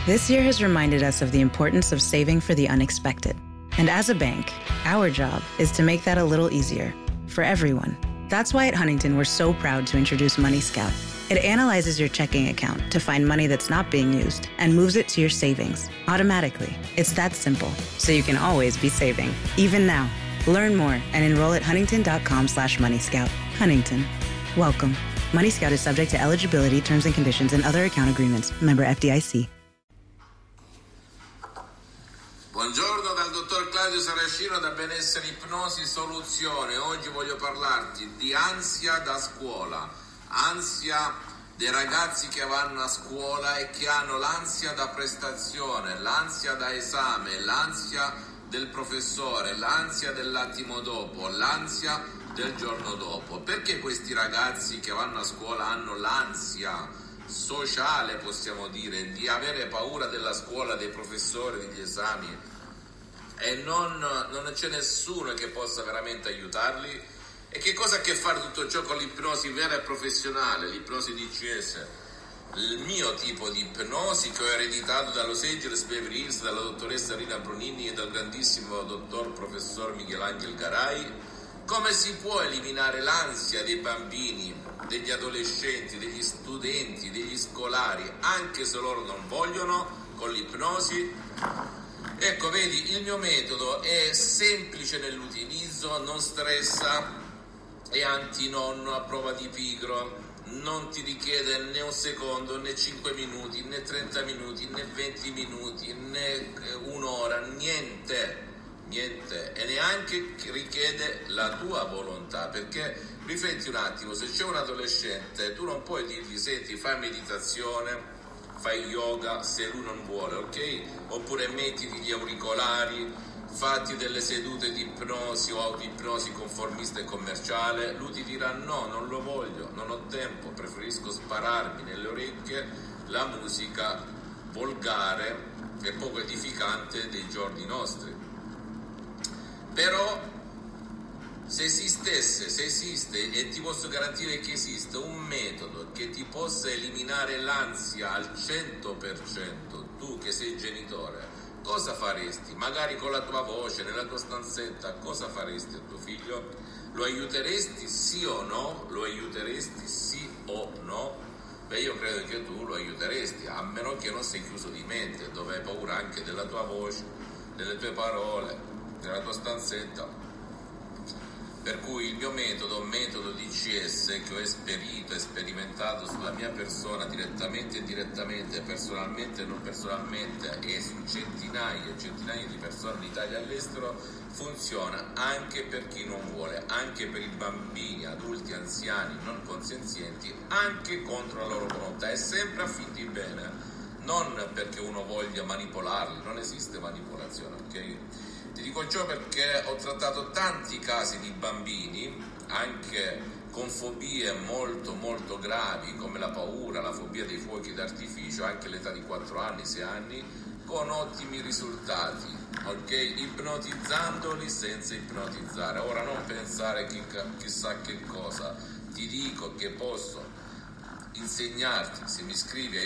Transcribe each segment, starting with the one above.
This year has reminded us of the importance of saving for the unexpected. And as a bank, our job is to make that a little easier for everyone. That's why at Huntington, we're so proud to introduce Money Scout. It analyzes your checking account to find money that's not being used and moves it to your savings automatically. It's that simple, so you can always be saving, even now. Learn more and enroll at huntington.com/moneyscout. Huntington. Welcome. Money Scout is subject to eligibility, terms and conditions, and other account agreements. Member FDIC. Buongiorno dal dottor Claudio Saracino da Benessere Ipnosi Soluzione. Oggi voglio parlarti di ansia da scuola, ansia dei ragazzi che vanno a scuola e che hanno l'ansia da prestazione, l'ansia da esame, l'ansia del professore, l'ansia dell'attimo dopo, l'ansia del giorno dopo. Perché questi ragazzi che vanno a scuola hanno l'ansia sociale, possiamo dire, di avere paura della scuola, dei professori, degli esami, e non c'è nessuno che possa veramente aiutarli? E che cosa ha a che fare tutto ciò con l'ipnosi vera e professionale, l'ipnosi DCS? Il mio tipo di ipnosi che ho ereditato da Los Angeles Beverly Hills, dalla dottoressa Rina Brunini e dal grandissimo dottor professor Michelangelo Garai. Come si può eliminare l'ansia dei bambini, degli adolescenti, degli studenti, degli scolari, anche se loro non vogliono, con l'ipnosi? Ecco, vedi, il mio metodo è semplice nell'utilizzo, non stressa, è antinonno a prova di pigro, non ti richiede né un secondo, né 5 minuti, né 30 minuti, né 20 minuti, né un'ora, niente, e neanche richiede la tua volontà, perché rifletti un attimo, se c'è un adolescente tu non puoi dirgli: senti, fai meditazione, fai yoga, se lui non vuole, ok? Oppure mettiti gli auricolari, fatti delle sedute di ipnosi o autoipnosi conformista e commerciale. Lui ti dirà: no, non lo voglio, non ho tempo, preferisco spararmi nelle orecchie la musica volgare e poco edificante dei giorni nostri. Però se esiste, e ti posso garantire che esiste un metodo che ti possa eliminare l'ansia al 100%, tu che sei genitore, cosa faresti? Magari con la tua voce, nella tua stanzetta, cosa faresti a tuo figlio? Lo aiuteresti sì o no? Lo aiuteresti sì o no? Beh, io credo che tu lo aiuteresti, a meno che non sei chiuso di mente, dove hai paura anche della tua voce, delle tue parole, della tua stanzetta. Per cui il mio metodo DCS, che ho sperimentato sulla mia persona direttamente e indirettamente, personalmente e non personalmente, e su centinaia e centinaia di persone in Italia e all'estero, funziona anche per chi non vuole, anche per i bambini, adulti, anziani, non consenzienti, anche contro la loro volontà, e sempre a fin di bene, non perché uno voglia manipolarli, non esiste manipolazione, ok? Ti dico ciò perché ho trattato tanti casi di bambini, anche con fobie molto molto gravi, come la paura, la fobia dei fuochi d'artificio, anche all'età di 4 anni, 6 anni, con ottimi risultati, ok? Ipnotizzandoli senza ipnotizzare. Ora non pensare chissà che cosa, ti dico che posso insegnarti, se mi iscrivi a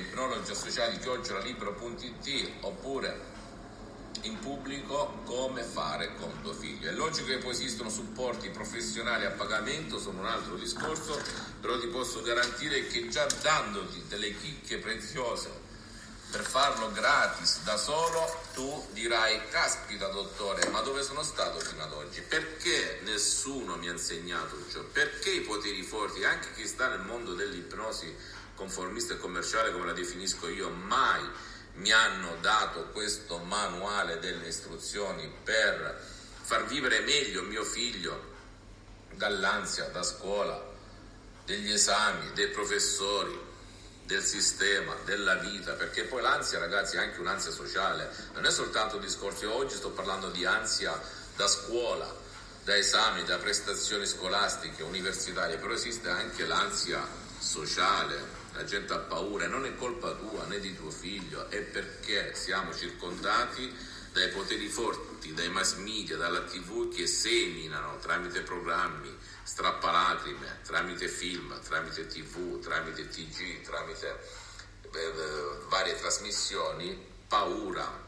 ipnologiassociati@libero.it oppure in pubblico, come fare con tuo figlio. È logico che poi esistono supporti professionali a pagamento, sono un altro discorso, però ti posso garantire che già dandoti delle chicche preziose per farlo gratis da solo, tu dirai: caspita dottore, ma dove sono stato fino ad oggi? Perché nessuno mi ha insegnato ciò? Perché i poteri forti, anche chi sta nel mondo dell'ipnosi conformista e commerciale, come la definisco io, mai mi hanno dato questo manuale delle istruzioni per far vivere meglio mio figlio dall'ansia da scuola, degli esami, dei professori, del sistema, della vita, perché poi l'ansia, ragazzi, è anche un'ansia sociale, non è soltanto un discorso. Io oggi sto parlando di ansia da scuola, da esami, da prestazioni scolastiche, universitarie, però esiste anche l'ansia sociale. La gente ha paura e non è colpa tua né di tuo figlio, è perché siamo circondati dai poteri forti, dai mass media, dalla TV, che seminano tramite programmi strappalacrime, tramite film, tramite TV, tramite TG, tramite varie trasmissioni, paura,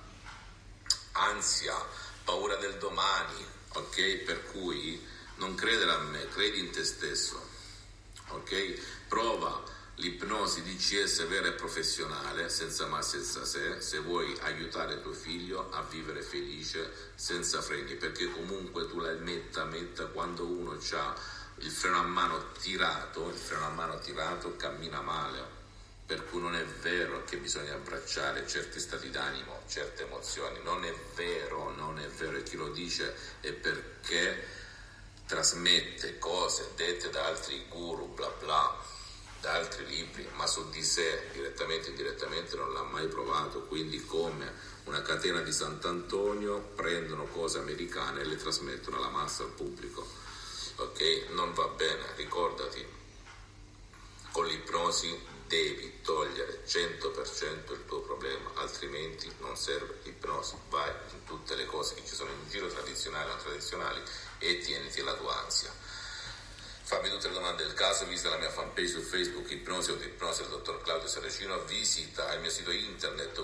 ansia, paura del domani, ok? Per cui non credere a me, credi in te stesso, ok? Prova l'ipnosi DCS vera e professionale, senza ma senza se vuoi aiutare tuo figlio a vivere felice, senza freni, perché comunque tu la metta quando uno ha il freno a mano tirato cammina male. Per cui non è vero che bisogna abbracciare certi stati d'animo, certe emozioni, non è vero, e chi lo dice è perché trasmette cose dette da altri guru, bla bla, da altri libri, ma su di sé, direttamente o indirettamente, non l'ha mai provato. Quindi come una catena di Sant'Antonio prendono cose americane e le trasmettono alla massa, al pubblico, ok? Non va bene, ricordati, con l'ipnosi devi togliere 100% il tuo problema, altrimenti non serve l'ipnosi. Vai in tutte le cose che ci sono in giro, tradizionali o non tradizionali, e tieniti la tua ansia. Fammi tutte le domande del caso, visita la mia fanpage su Facebook, Ipnosi o Ipnosi del dottor Claudio Saracino, visita il mio sito internet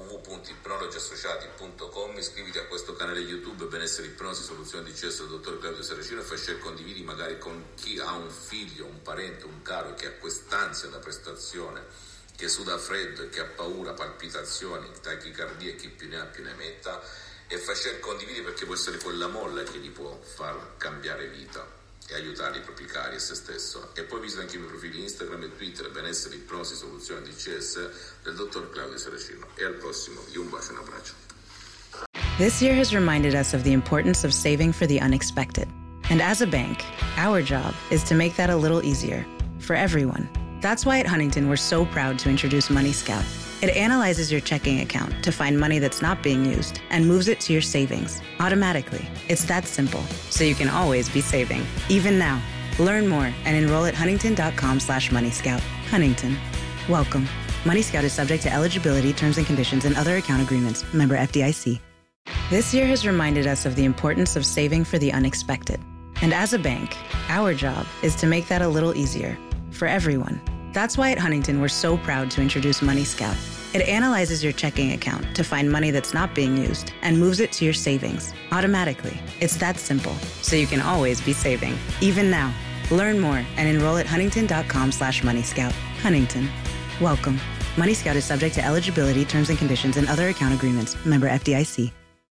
www.ipnologiassociati.com, iscriviti a questo canale YouTube Benessere Ipnosi Soluzione DCS del dottor Claudio Saracino e fai share, condividi magari con chi ha un figlio, un parente, un caro che ha quest'ansia da prestazione, che suda freddo e che ha paura, palpitazioni, tachicardia e chi più ne ha più ne metta, e fai share, condividi perché può essere quella molla che gli può far cambiare vita e aiutare i propri cari e se stesso. E poi visita anche i miei profili Instagram e Twitter Benessere Ipnosi Soluzione DCS del dottor Claudio Saracino. E al prossimo, un bacio e un abbraccio. This year has reminded us of the importance of saving for the unexpected. And as a bank, our job is to make that a little easier for everyone. That's why at Huntington we're so proud to introduce Money Scout. It analyzes your checking account to find money that's not being used and moves it to your savings automatically. It's that simple, so you can always be saving, even now. Learn more and enroll at huntington.com/moneyscout. Huntington. Welcome. Money Scout is subject to eligibility, terms and conditions, and other account agreements. Member FDIC. This year has reminded us of the importance of saving for the unexpected. And as a bank, our job is to make that a little easier for everyone. That's why at Huntington we're so proud to introduce Money Scout. It analyzes your checking account to find money that's not being used and moves it to your savings automatically. It's that simple, so you can always be saving, even now. Learn more and enroll at huntington.com/moneyscout. Huntington. Welcome. Money Scout is subject to eligibility, terms and conditions, and other account agreements. Member FDIC.